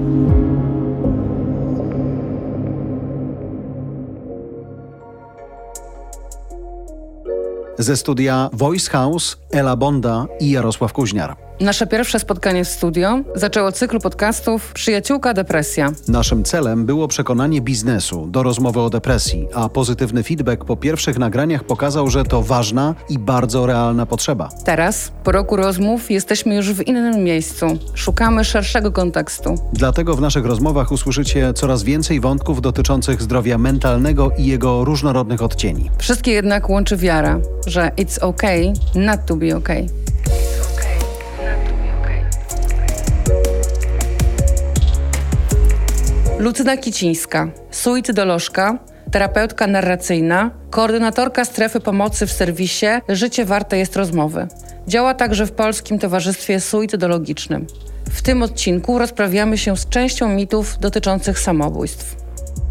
Ze studia Voice House Ela Bonda i Jarosław Kuźniar. Nasze pierwsze spotkanie w studio zaczęło cykl podcastów Przyjaciółka Depresja. Naszym celem było przekonanie biznesu do rozmowy o depresji, a pozytywny feedback po pierwszych nagraniach pokazał, że to ważna i bardzo realna potrzeba. Teraz, po roku rozmów, jesteśmy już w innym miejscu. Szukamy szerszego kontekstu. Dlatego w naszych rozmowach usłyszycie coraz więcej wątków dotyczących zdrowia mentalnego i jego różnorodnych odcieni. Wszystkie jednak łączy wiara, że it's okay not to be okay. Lucyna Kicińska, suicydolożka, terapeutka narracyjna, koordynatorka strefy pomocy w serwisie Życie warte jest rozmowy. Działa także w Polskim Towarzystwie Suicydologicznym. W tym odcinku rozprawiamy się z częścią mitów dotyczących samobójstw.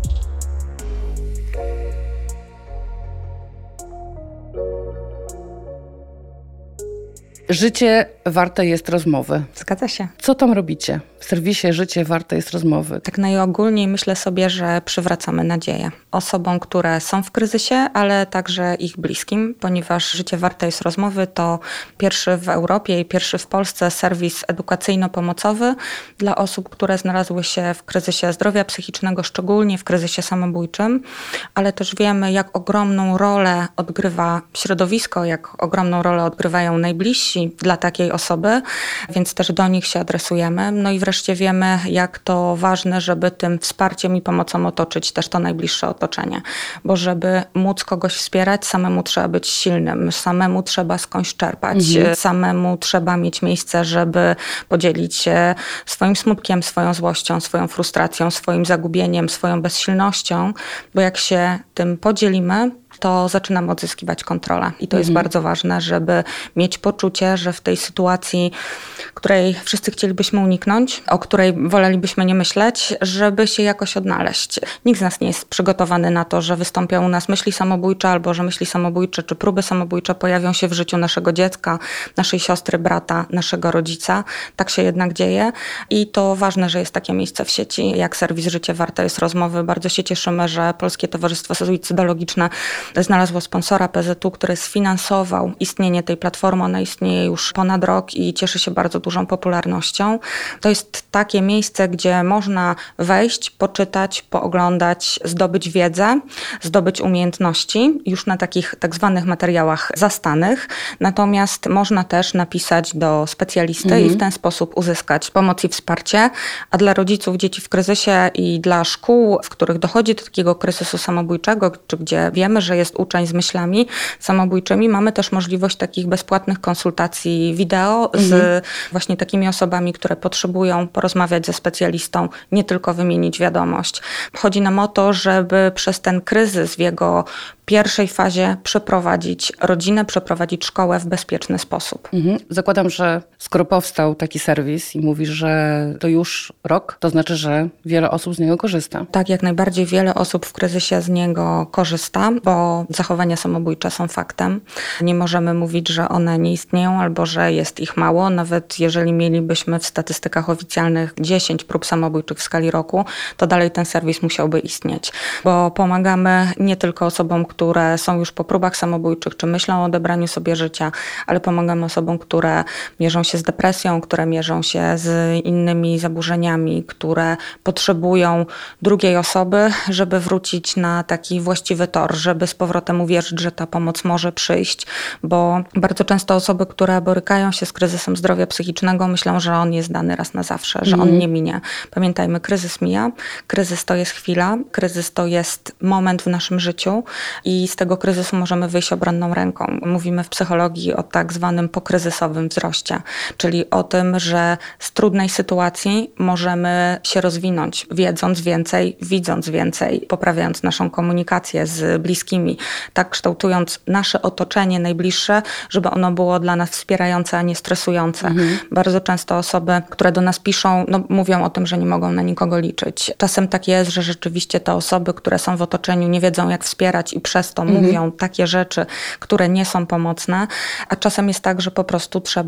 Życie warte jest rozmowy. Zgadza się. Co tam robicie w serwisie Życie warte jest rozmowy? Tak najogólniej myślę sobie, że przywracamy nadzieję osobom, które są w kryzysie, ale także ich bliskim, ponieważ Życie warte jest rozmowy to pierwszy w Europie i pierwszy w Polsce serwis edukacyjno-pomocowy dla osób, które znalazły się w kryzysie zdrowia psychicznego, szczególnie w kryzysie samobójczym, ale też wiemy, jak ogromną rolę odgrywa środowisko, jak ogromną rolę odgrywają najbliżsi dla takiej osoby, więc też do nich się adresujemy. No i wreszcie wiemy, jak to ważne, żeby tym wsparciem i pomocą otoczyć też to najbliższe otoczenie. Bo żeby móc kogoś wspierać, samemu trzeba być silnym, samemu trzeba skądś czerpać, samemu trzeba mieć miejsce, żeby podzielić się swoim smutkiem, swoją złością, swoją frustracją, swoim zagubieniem, swoją bezsilnością, bo jak się tym podzielimy, to zaczynamy odzyskiwać kontrolę. I to jest bardzo ważne, żeby mieć poczucie, że w tej sytuacji, której wszyscy chcielibyśmy uniknąć, o której wolelibyśmy nie myśleć, żeby się jakoś odnaleźć. Nikt z nas nie jest przygotowany na to, że wystąpią u nas myśli samobójcze, albo że myśli samobójcze czy próby samobójcze pojawią się w życiu naszego dziecka, naszej siostry, brata, naszego rodzica. Tak się jednak dzieje i to ważne, że jest takie miejsce w sieci, jak serwis Życie warte jest rozmowy. Bardzo się cieszymy, że Polskie Towarzystwo Suicydologiczne znalazło sponsora PZU, który sfinansował istnienie tej platformy. Ona istnieje już ponad rok i cieszy się bardzo dużą popularnością. To jest takie miejsce, gdzie można wejść, poczytać, pooglądać, zdobyć wiedzę, zdobyć umiejętności już na takich tak zwanych materiałach zastanych. Natomiast można też napisać do specjalisty i w ten sposób uzyskać pomoc i wsparcie. A dla rodziców dzieci w kryzysie i dla szkół, w których dochodzi do takiego kryzysu samobójczego, czy gdzie wiemy, że jest uczeń z myślami samobójczymi, mamy też możliwość takich bezpłatnych konsultacji wideo z właśnie takimi osobami, które potrzebują porozmawiać ze specjalistą, nie tylko wymienić wiadomość. Chodzi nam o to, żeby przez ten kryzys w jego pierwszej fazie przeprowadzić rodzinę, przeprowadzić szkołę w bezpieczny sposób. Zakładam, że skoro powstał taki serwis i mówisz, że to już rok, to znaczy, że wiele osób z niego korzysta. Tak, jak najbardziej wiele osób w kryzysie z niego korzysta, bo zachowania samobójcze są faktem. Nie możemy mówić, że one nie istnieją albo że jest ich mało. Nawet jeżeli mielibyśmy w statystykach oficjalnych 10 prób samobójczych w skali roku, to dalej ten serwis musiałby istnieć, bo pomagamy nie tylko osobom, które są już po próbach samobójczych, czy myślą o odebraniu sobie życia, ale pomagamy osobom, które mierzą się z depresją, które mierzą się z innymi zaburzeniami, które potrzebują drugiej osoby, żeby wrócić na taki właściwy tor, żeby z powrotem uwierzyć, że ta pomoc może przyjść, bo bardzo często osoby, które borykają się z kryzysem zdrowia psychicznego, myślą, że on jest dany raz na zawsze, że on nie minie. Pamiętajmy, kryzys mija, kryzys to jest chwila, kryzys to jest moment w naszym życiu i z tego kryzysu możemy wyjść obronną ręką. Mówimy w psychologii o tak zwanym pokryzysowym wzroście, czyli o tym, że z trudnej sytuacji możemy się rozwinąć, wiedząc więcej, widząc więcej, poprawiając naszą komunikację z bliskimi, tak kształtując nasze otoczenie najbliższe, żeby ono było dla nas wspierające, a nie stresujące. Bardzo często osoby, które do nas piszą, mówią o tym, że nie mogą na nikogo liczyć. Czasem tak jest, że rzeczywiście te osoby, które są w otoczeniu, nie wiedzą, jak wspierać i przez to mówią takie rzeczy, które nie są pomocne, a czasem jest tak, że po prostu trzeba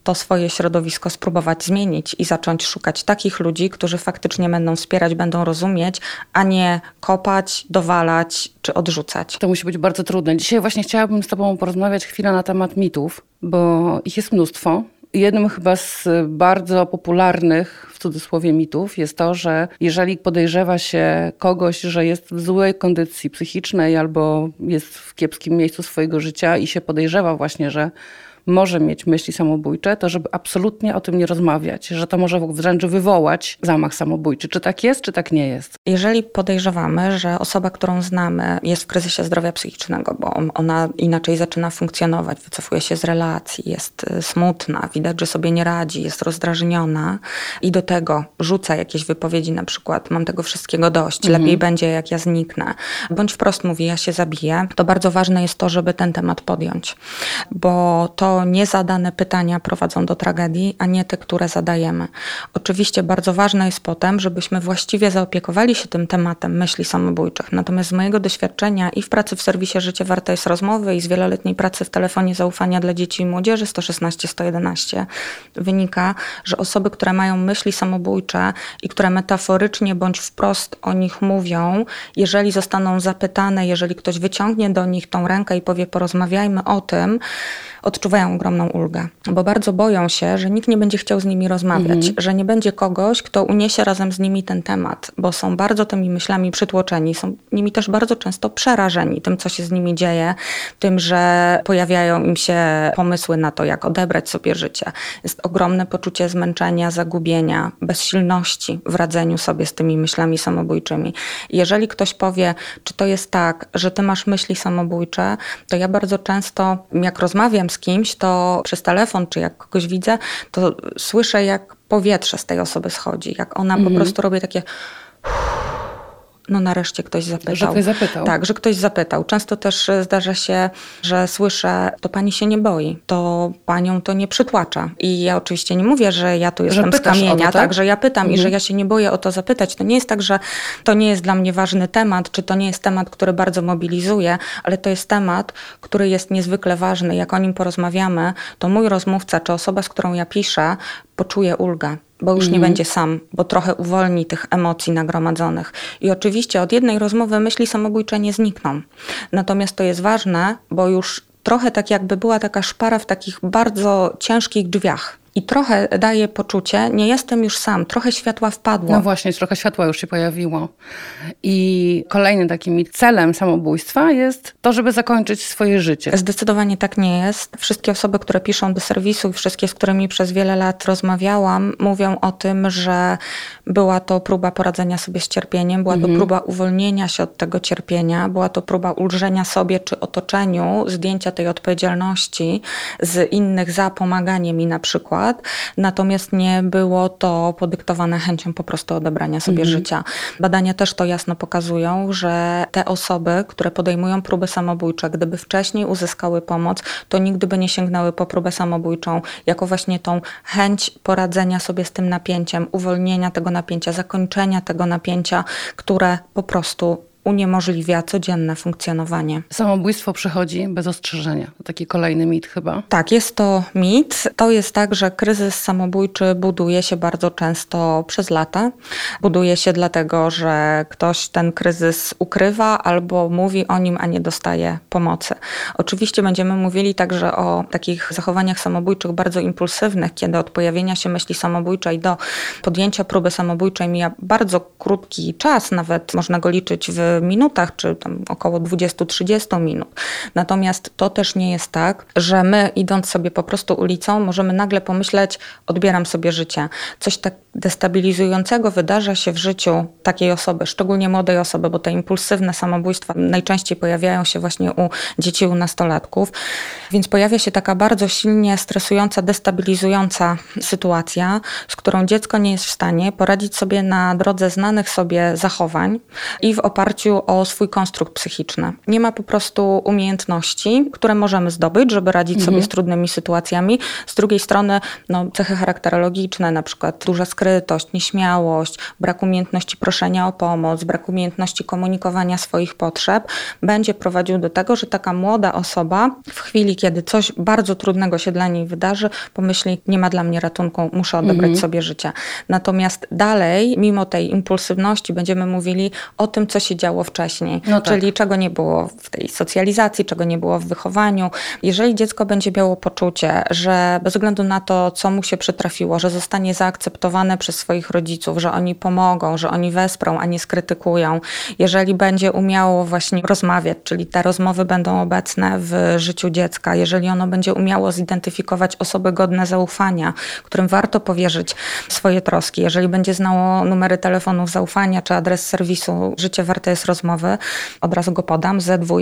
to swoje środowisko spróbować zmienić i zacząć szukać takich ludzi, którzy faktycznie będą wspierać, będą rozumieć, a nie kopać, dowalać czy odrzucać. To musi być bardzo trudne. Dzisiaj właśnie chciałabym z tobą porozmawiać chwilę na temat mitów, bo ich jest mnóstwo. Jednym chyba z bardzo popularnych, w cudzysłowie, mitów jest to, że jeżeli podejrzewa się kogoś, że jest w złej kondycji psychicznej albo jest w kiepskim miejscu swojego życia i się podejrzewa właśnie, że może mieć myśli samobójcze, to żeby absolutnie o tym nie rozmawiać, że to może wręcz wywołać zamach samobójczy. Czy tak jest, czy tak nie jest? Jeżeli podejrzewamy, że osoba, którą znamy, jest w kryzysie zdrowia psychicznego, bo ona inaczej zaczyna funkcjonować, wycofuje się z relacji, jest smutna, widać, że sobie nie radzi, jest rozdrażniona i do tego rzuca jakieś wypowiedzi, na przykład mam tego wszystkiego dość, lepiej będzie jak ja zniknę, bądź wprost mówi ja się zabiję, to bardzo ważne jest to, żeby ten temat podjąć, bo to niezadane pytania prowadzą do tragedii, a nie te, które zadajemy. Oczywiście bardzo ważne jest potem, żebyśmy właściwie zaopiekowali się tym tematem myśli samobójczych. Natomiast z mojego doświadczenia i w pracy w serwisie Życie Warte jest Rozmowy i z wieloletniej pracy w telefonie zaufania dla dzieci i młodzieży 116-111 wynika, że osoby, które mają myśli samobójcze i które metaforycznie bądź wprost o nich mówią, jeżeli zostaną zapytane, jeżeli ktoś wyciągnie do nich tą rękę i powie porozmawiajmy o tym, odczuwają ogromną ulgę, bo bardzo boją się, że nikt nie będzie chciał z nimi rozmawiać, że nie będzie kogoś, kto uniesie razem z nimi ten temat, bo są bardzo tymi myślami przytłoczeni, są nimi też bardzo często przerażeni tym, co się z nimi dzieje, tym, że pojawiają im się pomysły na to, jak odebrać sobie życie. Jest ogromne poczucie zmęczenia, zagubienia, bezsilności w radzeniu sobie z tymi myślami samobójczymi. Jeżeli ktoś powie, czy to jest tak, że ty masz myśli samobójcze, to ja bardzo często, jak rozmawiam z kimś, to przez telefon, czy jak kogoś widzę, to słyszę, jak powietrze z tej osoby schodzi, jak ona po prostu robi takie... No nareszcie ktoś zapytał. Że ktoś zapytał. Tak, że ktoś zapytał. Często też zdarza się, że słyszę, to pani się nie boi, to panią to nie przytłacza. I ja oczywiście nie mówię, że ja tu jestem z kamienia, tak, że ja pytam i że ja się nie boję o to zapytać. To nie jest tak, że to nie jest dla mnie ważny temat, czy to nie jest temat, który bardzo mobilizuje, ale to jest temat, który jest niezwykle ważny. Jak o nim porozmawiamy, to mój rozmówca, czy osoba, z którą ja piszę, poczuje ulgę. Bo już nie będzie sam, bo trochę uwolni tych emocji nagromadzonych. I oczywiście od jednej rozmowy myśli samobójcze nie znikną. Natomiast to jest ważne, bo już trochę tak jakby była taka szpara w takich bardzo ciężkich drzwiach. I trochę daje poczucie, nie jestem już sam, trochę światła wpadło. No właśnie, trochę światła już się pojawiło. I kolejnym takim celem samobójstwa jest to, żeby zakończyć swoje życie. Zdecydowanie tak nie jest. Wszystkie osoby, które piszą do serwisu i wszystkie, z którymi przez wiele lat rozmawiałam, mówią o tym, że była to próba poradzenia sobie z cierpieniem, była to próba uwolnienia się od tego cierpienia, była to próba ulżenia sobie czy otoczeniu, zdjęcia tej odpowiedzialności z innych za pomaganie mi na przykład. Natomiast nie było to podyktowane chęcią po prostu odebrania sobie życia. Badania też to jasno pokazują, że te osoby, które podejmują próby samobójcze, gdyby wcześniej uzyskały pomoc, to nigdy by nie sięgnęły po próbę samobójczą, jako właśnie tą chęć poradzenia sobie z tym napięciem, uwolnienia tego napięcia, zakończenia tego napięcia, które po prostu uniemożliwia codzienne funkcjonowanie. Samobójstwo przychodzi bez ostrzeżenia. To taki kolejny mit chyba. Tak, jest to mit. To jest tak, że kryzys samobójczy buduje się bardzo często przez lata. Buduje się dlatego, że ktoś ten kryzys ukrywa albo mówi o nim, a nie dostaje pomocy. Oczywiście będziemy mówili także o takich zachowaniach samobójczych bardzo impulsywnych, kiedy od pojawienia się myśli samobójczej do podjęcia próby samobójczej mija bardzo krótki czas, nawet można go liczyć w minutach, czy tam około 20-30 minut. Natomiast to też nie jest tak, że my idąc sobie po prostu ulicą możemy nagle pomyśleć, odbieram sobie życie. Coś tak destabilizującego wydarza się w życiu takiej osoby, szczególnie młodej osoby, bo te impulsywne samobójstwa najczęściej pojawiają się właśnie u dzieci, u nastolatków. Więc pojawia się taka bardzo silnie stresująca, destabilizująca sytuacja, z którą dziecko nie jest w stanie poradzić sobie na drodze znanych sobie zachowań i w oparciu oparciu o swój konstrukt psychiczny. Nie ma po prostu umiejętności, które możemy zdobyć, żeby radzić sobie z trudnymi sytuacjami. Z drugiej strony cechy charakterologiczne, na przykład duża skrytość, nieśmiałość, brak umiejętności proszenia o pomoc, brak umiejętności komunikowania swoich potrzeb będzie prowadził do tego, że taka młoda osoba w chwili, kiedy coś bardzo trudnego się dla niej wydarzy, pomyśli, nie ma dla mnie ratunku, muszę odebrać sobie życie. Natomiast dalej, mimo tej impulsywności, będziemy mówili o tym, co się działo wcześniej. Czyli czego nie było w tej socjalizacji, czego nie było w wychowaniu. Jeżeli dziecko będzie miało poczucie, że bez względu na to, co mu się przytrafiło, że zostanie zaakceptowane przez swoich rodziców, że oni pomogą, że oni wesprą, a nie skrytykują. Jeżeli będzie umiało właśnie rozmawiać, czyli te rozmowy będą obecne w życiu dziecka, jeżeli ono będzie umiało zidentyfikować osoby godne zaufania, którym warto powierzyć swoje troski, jeżeli będzie znało numery telefonów zaufania czy adres serwisu Życie warte jest rozmowy, od razu go podam,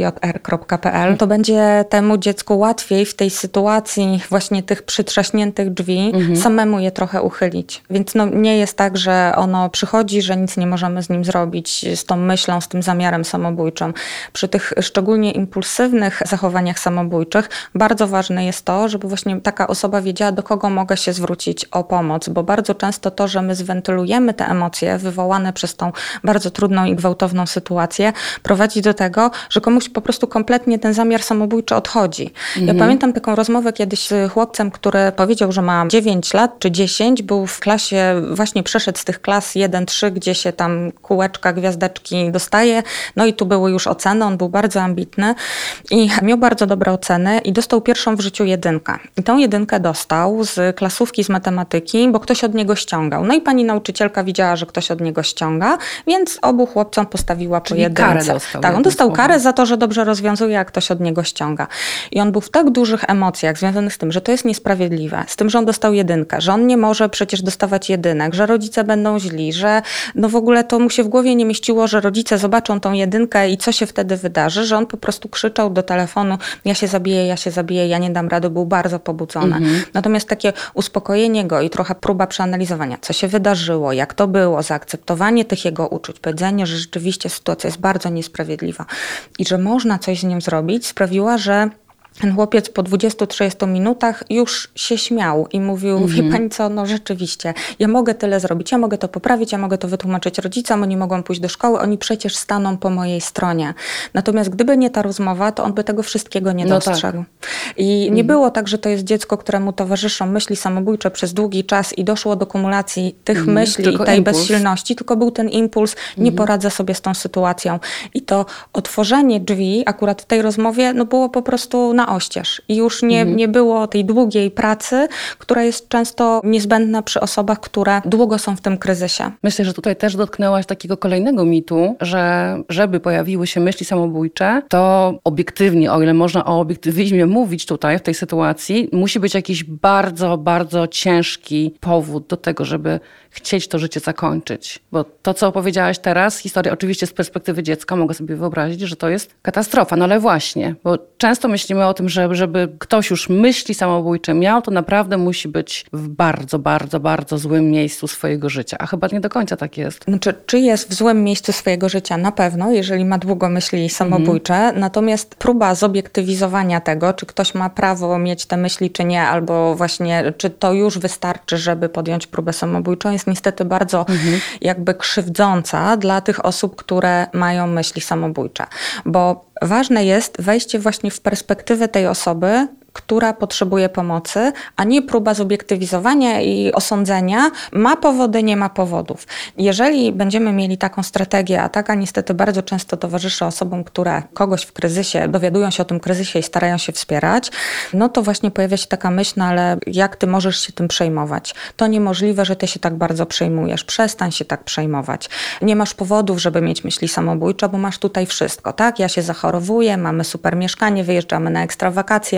zwjr.pl, to będzie temu dziecku łatwiej w tej sytuacji właśnie tych przytrzaśniętych drzwi samemu je trochę uchylić. Więc nie jest tak, że ono przychodzi, że nic nie możemy z nim zrobić, z tą myślą, z tym zamiarem samobójczym. Przy tych szczególnie impulsywnych zachowaniach samobójczych bardzo ważne jest to, żeby właśnie taka osoba wiedziała, do kogo mogę się zwrócić o pomoc, bo bardzo często to, że my zwentylujemy te emocje wywołane przez tą bardzo trudną i gwałtowną sytuację, prowadzi do tego, że komuś po prostu kompletnie ten zamiar samobójczy odchodzi. Ja pamiętam taką rozmowę kiedyś z chłopcem, który powiedział, że ma 9 lat czy 10, był w klasie, właśnie przeszedł z tych klas 1-3, gdzie się tam kółeczka, gwiazdeczki dostaje, i tu były już oceny, on był bardzo ambitny i miał bardzo dobre oceny i dostał pierwszą w życiu 1. I tą 1 dostał z klasówki z matematyki, bo ktoś od niego ściągał. I pani nauczycielka widziała, że ktoś od niego ściąga, więc obu chłopcom postawiła po 1. Karę dostał. Tak, on dostał karę za to, że dobrze rozwiązuje, jak ktoś od niego ściąga. I on był w tak dużych emocjach związanych z tym, że to jest niesprawiedliwe, z tym, że on dostał 1, że on nie może przecież dostawać 1, że rodzice będą źli, że w ogóle to mu się w głowie nie mieściło, że rodzice zobaczą tą 1 i co się wtedy wydarzy, że on po prostu krzyczał do telefonu, ja się zabiję, ja nie dam rady, był bardzo pobudzony. Natomiast takie uspokojenie go i trochę próba przeanalizowania, co się wydarzyło, jak to było, zaakceptowanie tych jego uczuć, powiedzenie, że rzeczywiście sytuacja jest bardzo niesprawiedliwa i że można coś z nim zrobić, sprawiła, że ten chłopiec po 20-30 minutach już się śmiał i mówił, wie pani co, rzeczywiście, ja mogę tyle zrobić, ja mogę to poprawić, ja mogę to wytłumaczyć rodzicom, oni mogą pójść do szkoły, oni przecież staną po mojej stronie. Natomiast gdyby nie ta rozmowa, to on by tego wszystkiego nie dostrzegł. Tak. I nie było tak, że to jest dziecko, któremu towarzyszą myśli samobójcze przez długi czas i doszło do kumulacji tych myśli i tej bezsilności, tylko był ten impuls, nie poradzę sobie z tą sytuacją. I to otworzenie drzwi akurat w tej rozmowie było po prostu na oścież. I już nie było tej długiej pracy, która jest często niezbędna przy osobach, które długo są w tym kryzysie. Myślę, że tutaj też dotknęłaś takiego kolejnego mitu, że żeby pojawiły się myśli samobójcze, to obiektywnie, o ile można o obiektywizmie mówić tutaj w tej sytuacji, musi być jakiś bardzo, bardzo ciężki powód do tego, żeby chcieć to życie zakończyć. Bo to, co opowiedziałaś teraz, historia oczywiście z perspektywy dziecka, mogę sobie wyobrazić, że to jest katastrofa. Ale właśnie, bo często myślimy o tym, że żeby ktoś już myśli samobójcze miał, to naprawdę musi być w bardzo, bardzo, bardzo złym miejscu swojego życia. A chyba nie do końca tak jest. Czy jest w złym miejscu swojego życia? Na pewno, jeżeli ma długo myśli samobójcze. Natomiast próba zobiektywizowania tego, czy ktoś ma prawo mieć te myśli, czy nie, albo właśnie, czy to już wystarczy, żeby podjąć próbę samobójczą, jest niestety bardzo jakby krzywdząca dla tych osób, które mają myśli samobójcze. Bo ważne jest wejście właśnie w perspektywę tej osoby, która potrzebuje pomocy, a nie próba zobiektywizowania i osądzenia, ma powody, nie ma powodów. Jeżeli będziemy mieli taką strategię, a taka niestety bardzo często towarzyszy osobom, które kogoś w kryzysie, dowiadują się o tym kryzysie i starają się wspierać, to właśnie pojawia się taka myśl, ale jak ty możesz się tym przejmować? To niemożliwe, że ty się tak bardzo przejmujesz. Przestań się tak przejmować. Nie masz powodów, żeby mieć myśli samobójcze, bo masz tutaj wszystko, tak? Ja się zachorowuję, mamy super mieszkanie, wyjeżdżamy na ekstra wakacje, masz telefon,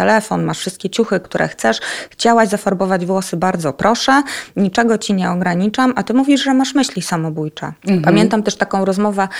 telefon, masz wszystkie ciuchy, które chcesz, chciałaś zafarbować włosy, bardzo proszę, niczego ci nie ograniczam, a ty mówisz, że masz myśli samobójcze. Pamiętam też taką rozmowę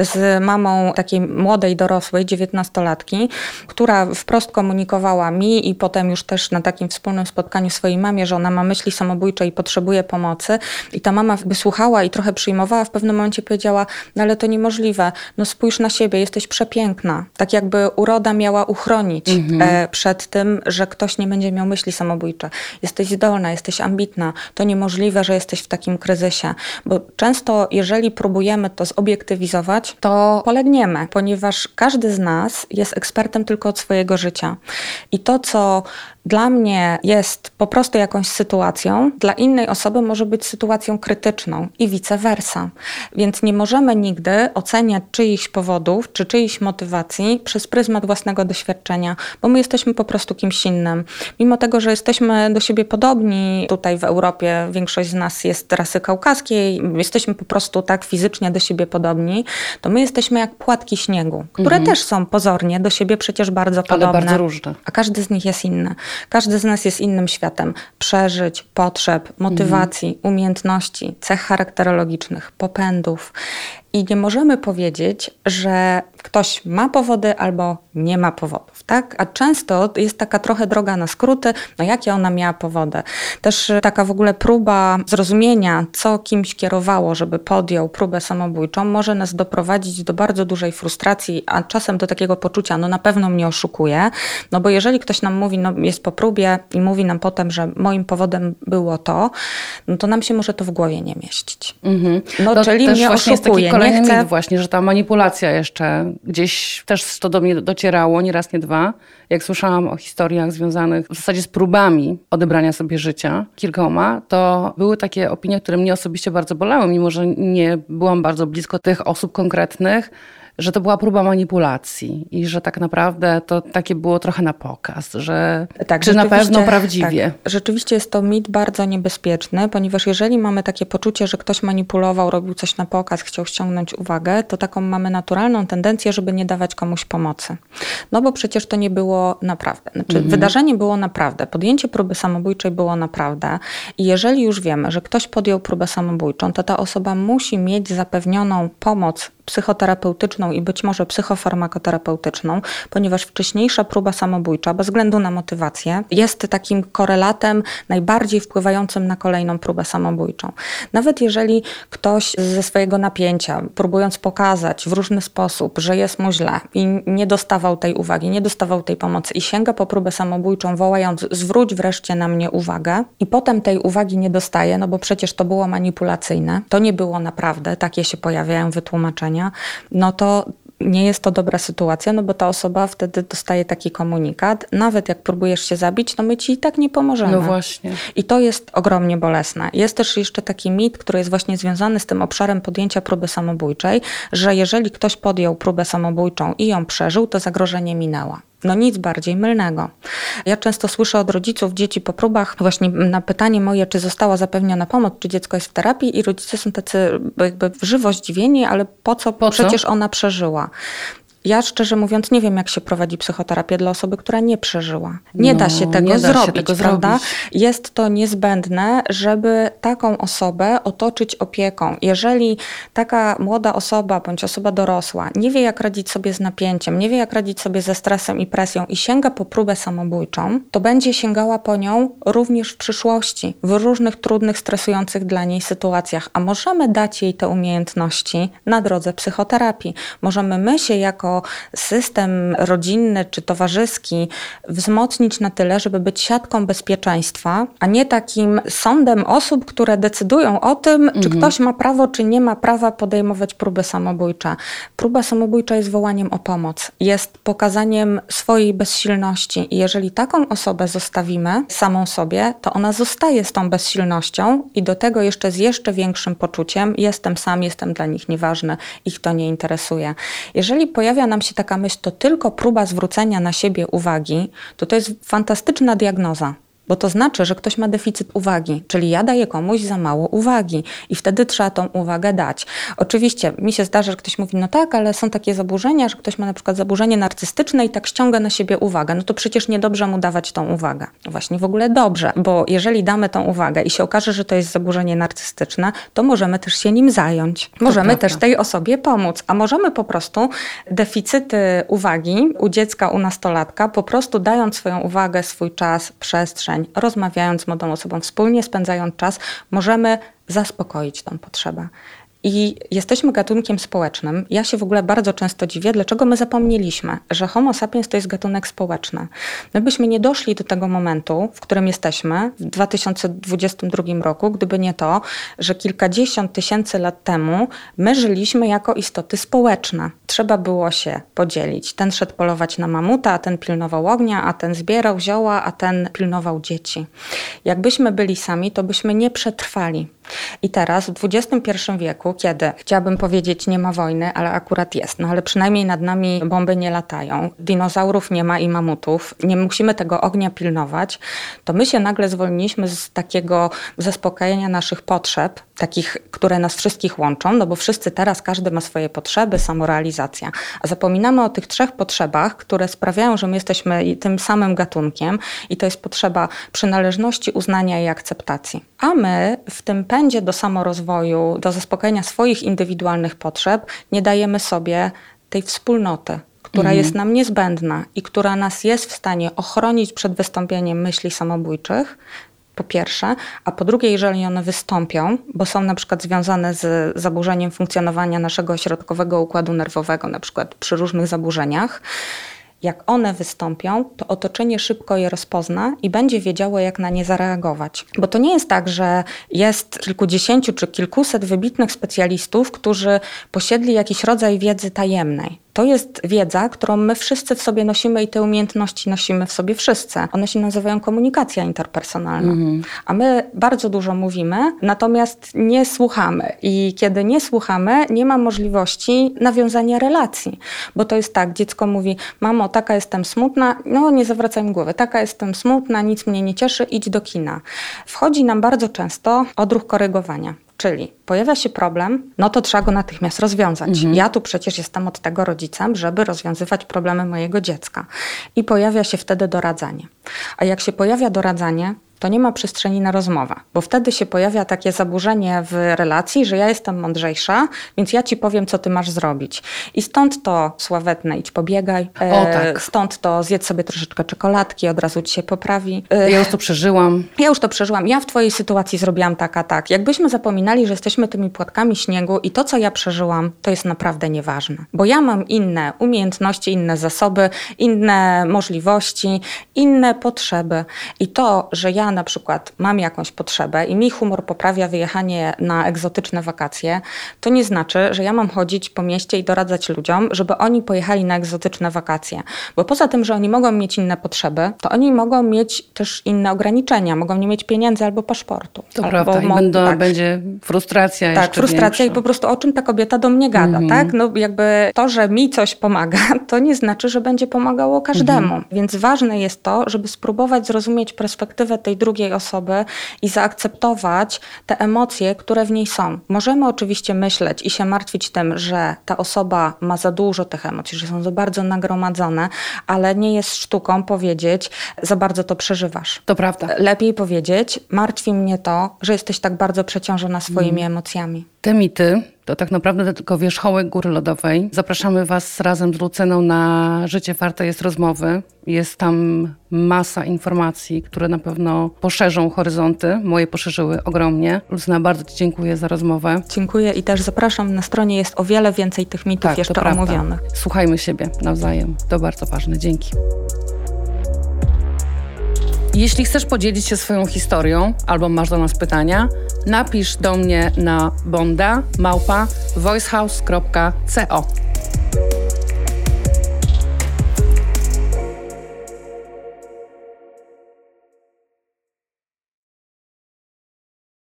z mamą takiej młodej, dorosłej, 19-latki, która wprost komunikowała mi i potem już też na takim wspólnym spotkaniu swojej mamie, że ona ma myśli samobójcze i potrzebuje pomocy. I ta mama wysłuchała i trochę przyjmowała, w pewnym momencie powiedziała, no ale to niemożliwe, no spójrz na siebie, jesteś przepiękna. Tak jakby uroda miała uchronić przed tym, że ktoś nie będzie miał myśli samobójcze. Jesteś zdolna, jesteś ambitna, to niemożliwe, że jesteś w takim kryzysie. Bo często, jeżeli próbujemy to zobiektywizować, to polegniemy, ponieważ każdy z nas jest ekspertem tylko od swojego życia. I to, co dla mnie jest po prostu jakąś sytuacją, dla innej osoby może być sytuacją krytyczną i vice versa. Więc nie możemy nigdy oceniać czyichś powodów czy czyichś motywacji przez pryzmat własnego doświadczenia, bo my jesteśmy po prostu kimś innym. Mimo tego, że jesteśmy do siebie podobni, tutaj w Europie większość z nas jest rasy kaukaskiej, jesteśmy po prostu tak fizycznie do siebie podobni, to my jesteśmy jak płatki śniegu, które też są pozornie do siebie przecież bardzo podobne. Ale bardzo różne. A każdy z nich jest inny. Każdy z nas jest innym światem przeżyć, potrzeb, motywacji, umiejętności, cech charakterologicznych, popędów. I nie możemy powiedzieć, że ktoś ma powody albo nie ma powodów, tak? A często jest taka trochę droga na skróty, no jakie ona miała powody. Też taka w ogóle próba zrozumienia, co kimś kierowało, żeby podjął próbę samobójczą, może nas doprowadzić do bardzo dużej frustracji, a czasem do takiego poczucia, no na pewno mnie oszukuje, no bo jeżeli ktoś nam mówi, no jest po próbie i mówi nam potem, że moim powodem było to, no to nam się może to w głowie nie mieścić. No czyli mnie oszukuje. Kolejny mit właśnie, że ta manipulacja jeszcze gdzieś też to do mnie docierało, nie raz, nie dwa. Jak słyszałam o historiach związanych w zasadzie z próbami odebrania sobie życia, kilkoma, to były takie opinie, które mnie osobiście bardzo bolały, mimo że nie byłam bardzo blisko tych osób konkretnych, że to była próba manipulacji i że tak naprawdę to takie było trochę na pokaz, że tak, czy na pewno prawdziwie. Tak, rzeczywiście jest to mit bardzo niebezpieczny, ponieważ jeżeli mamy takie poczucie, że ktoś manipulował, robił coś na pokaz, chciał ściągnąć uwagę, to taką mamy naturalną tendencję, żeby nie dawać komuś pomocy. No bo przecież to nie było naprawdę. Znaczy, wydarzenie było naprawdę, podjęcie próby samobójczej było naprawdę i jeżeli już wiemy, że ktoś podjął próbę samobójczą, to ta osoba musi mieć zapewnioną pomoc psychoterapeutyczną i być może psychofarmakoterapeutyczną, ponieważ wcześniejsza próba samobójcza, bez względu na motywację, jest takim korelatem najbardziej wpływającym na kolejną próbę samobójczą. Nawet jeżeli ktoś ze swojego napięcia, próbując pokazać w różny sposób, że jest mu źle i nie dostawał tej uwagi, nie dostawał tej pomocy i sięga po próbę samobójczą, wołając zwróć wreszcie na mnie uwagę i potem tej uwagi nie dostaje, no bo przecież to było manipulacyjne, to nie było naprawdę, takie się pojawiają wytłumaczenia, no to nie jest to dobra sytuacja, no bo ta osoba wtedy dostaje taki komunikat, nawet jak próbujesz się zabić, no my ci i tak nie pomożemy. No właśnie. I to jest ogromnie bolesne. Jest też jeszcze taki mit, który jest właśnie związany z tym obszarem podjęcia próby samobójczej, że jeżeli ktoś podjął próbę samobójczą i ją przeżył, to zagrożenie minęło. No nic bardziej mylnego. Ja często słyszę od rodziców dzieci po próbach właśnie na pytanie moje, czy została zapewniona pomoc, czy dziecko jest w terapii i rodzice są tacy jakby żywo zdziwieni, ale po co? Przecież ona przeżyła. Ja szczerze mówiąc nie wiem, jak się prowadzi psychoterapię dla osoby, która nie przeżyła. Nie da się tego zrobić, prawda? Jest to niezbędne, żeby taką osobę otoczyć opieką. Jeżeli taka młoda osoba bądź osoba dorosła nie wie, jak radzić sobie z napięciem, nie wie, jak radzić sobie ze stresem i presją i sięga po próbę samobójczą, to będzie sięgała po nią również w przyszłości, w różnych trudnych, stresujących dla niej sytuacjach. A możemy dać jej te umiejętności na drodze psychoterapii. Możemy my się jako system rodzinny czy towarzyski wzmocnić na tyle, żeby być siatką bezpieczeństwa, a nie takim sądem osób, które decydują o tym, czy ktoś ma prawo, czy nie ma prawa podejmować próby samobójcze. Próba samobójcza jest wołaniem o pomoc, jest pokazaniem swojej bezsilności i jeżeli taką osobę zostawimy samą sobie, to ona zostaje z tą bezsilnością i do tego jeszcze z jeszcze większym poczuciem jestem sam, jestem dla nich nieważny, ich to nie interesuje. Jeżeli pojawia nam się taka myśl, to tylko próba zwrócenia na siebie uwagi, to jest fantastyczna diagnoza. bo to znaczy, że ktoś ma deficyt uwagi, czyli ja daję komuś za mało uwagi i wtedy trzeba tą uwagę dać. Oczywiście mi się zdarza, że ktoś mówi, no tak, ale są takie zaburzenia, że ktoś ma na przykład zaburzenie narcystyczne i tak ściąga na siebie uwagę. No to przecież niedobrze mu dawać tą uwagę. Właśnie w ogóle dobrze, bo jeżeli damy tą uwagę i się okaże, że to jest zaburzenie narcystyczne, to możemy też się nim zająć. Możemy też tej osobie pomóc, a możemy po prostu deficyty uwagi u dziecka, u nastolatka, po prostu dając swoją uwagę, swój czas, przestrzeń, rozmawiając z młodą osobą, wspólnie spędzając czas, możemy zaspokoić tą potrzebę. I jesteśmy gatunkiem społecznym. Ja się w ogóle bardzo często dziwię, dlaczego my zapomnieliśmy, że Homo sapiens to jest gatunek społeczny. My byśmy nie doszli do tego momentu, w którym jesteśmy w 2022 roku, gdyby nie to, że kilkadziesiąt tysięcy lat temu my żyliśmy jako istoty społeczne. Trzeba było się podzielić. Ten szedł polować na mamuta, a ten pilnował ognia, a ten zbierał zioła, a ten pilnował dzieci. Jakbyśmy byli sami, to byśmy nie przetrwali. I teraz w XXI wieku, kiedy chciałabym powiedzieć nie ma wojny, ale akurat jest, no ale przynajmniej nad nami bomby nie latają, dinozaurów nie ma i mamutów, nie musimy tego ognia pilnować, to my się nagle zwolniliśmy z takiego zaspokajania naszych potrzeb, takich, które nas wszystkich łączą, no bo wszyscy teraz, każdy ma swoje potrzeby, samorealizacja. A zapominamy o tych 3 potrzebach, które sprawiają, że my jesteśmy tym samym gatunkiem i to jest potrzeba przynależności, uznania i akceptacji. A my w tym pędzie do samorozwoju, do zaspokojenia swoich indywidualnych potrzeb nie dajemy sobie tej wspólnoty, która jest nam niezbędna i która nas jest w stanie ochronić przed wystąpieniem myśli samobójczych, po pierwsze, a po drugie, jeżeli one wystąpią, bo są na przykład związane z zaburzeniem funkcjonowania naszego środkowego układu nerwowego, na przykład przy różnych zaburzeniach, jak one wystąpią, to otoczenie szybko je rozpozna i będzie wiedziało, jak na nie zareagować. Bo to nie jest tak, że jest kilkudziesięciu czy kilkuset wybitnych specjalistów, którzy posiedli jakiś rodzaj wiedzy tajemnej. To jest wiedza, którą my wszyscy w sobie nosimy i te umiejętności nosimy w sobie wszyscy. One się nazywają komunikacja interpersonalna. A my bardzo dużo mówimy, natomiast nie słuchamy. I kiedy nie słuchamy, nie ma możliwości nawiązania relacji. Bo to jest tak, dziecko mówi, mamo, taka jestem smutna, no nie zawracaj mi głowy, taka jestem smutna, nic mnie nie cieszy, idź do kina. Wchodzi nam bardzo często odruch korygowania. Czyli pojawia się problem, no to trzeba go natychmiast rozwiązać. Ja tu przecież jestem od tego rodzicem, żeby rozwiązywać problemy mojego dziecka. I pojawia się wtedy doradzanie. A jak się pojawia doradzanie, to nie ma przestrzeni na rozmowę, bo wtedy się pojawia takie zaburzenie w relacji, że ja jestem mądrzejsza, więc ja ci powiem, co ty masz zrobić. I stąd to sławetne idź pobiegaj, stąd to zjedz sobie troszeczkę czekoladki, od razu ci się poprawi. Ja już to przeżyłam. Ja w twojej sytuacji zrobiłam tak, a tak. Jakbyśmy zapominali, że jesteśmy tymi płatkami śniegu i to, co ja przeżyłam, to jest naprawdę nieważne. Bo ja mam inne umiejętności, inne zasoby, inne możliwości, inne potrzeby. I to, że ja na przykład mam jakąś potrzebę i mi humor poprawia wyjechanie na egzotyczne wakacje, to nie znaczy, że ja mam chodzić po mieście i doradzać ludziom, żeby oni pojechali na egzotyczne wakacje. Bo poza tym, że oni mogą mieć inne potrzeby, to oni mogą mieć też inne ograniczenia. Mogą nie mieć pieniędzy albo paszportu. To prawda. I będzie frustracja jeszcze Tak, frustracja większa. I po prostu o czym ta kobieta do mnie gada, tak? No jakby to, że mi coś pomaga, to nie znaczy, że będzie pomagało każdemu. Więc ważne jest to, żeby spróbować zrozumieć perspektywę tej drugiej osoby i zaakceptować te emocje, które w niej są. Możemy oczywiście myśleć i się martwić tym, że ta osoba ma za dużo tych emocji, że są za bardzo nagromadzone, ale nie jest sztuką powiedzieć, za bardzo to przeżywasz. To prawda. Lepiej powiedzieć, martwi mnie to, że jesteś tak bardzo przeciążona swoimi emocjami. Te mity to tak naprawdę tylko wierzchołek góry lodowej. Zapraszamy Was razem z Lucyną na Życie warte jest rozmowy. Jest tam masa informacji, które na pewno poszerzą horyzonty. Moje poszerzyły ogromnie. Lucyna, bardzo Ci dziękuję za rozmowę. Dziękuję i też zapraszam. Na stronie jest o wiele więcej tych mitów jeszcze omówionych. Słuchajmy siebie nawzajem. To bardzo ważne. Dzięki. Jeśli chcesz podzielić się swoją historią albo masz do nas pytania, napisz do mnie na bonda@voicehouse.co.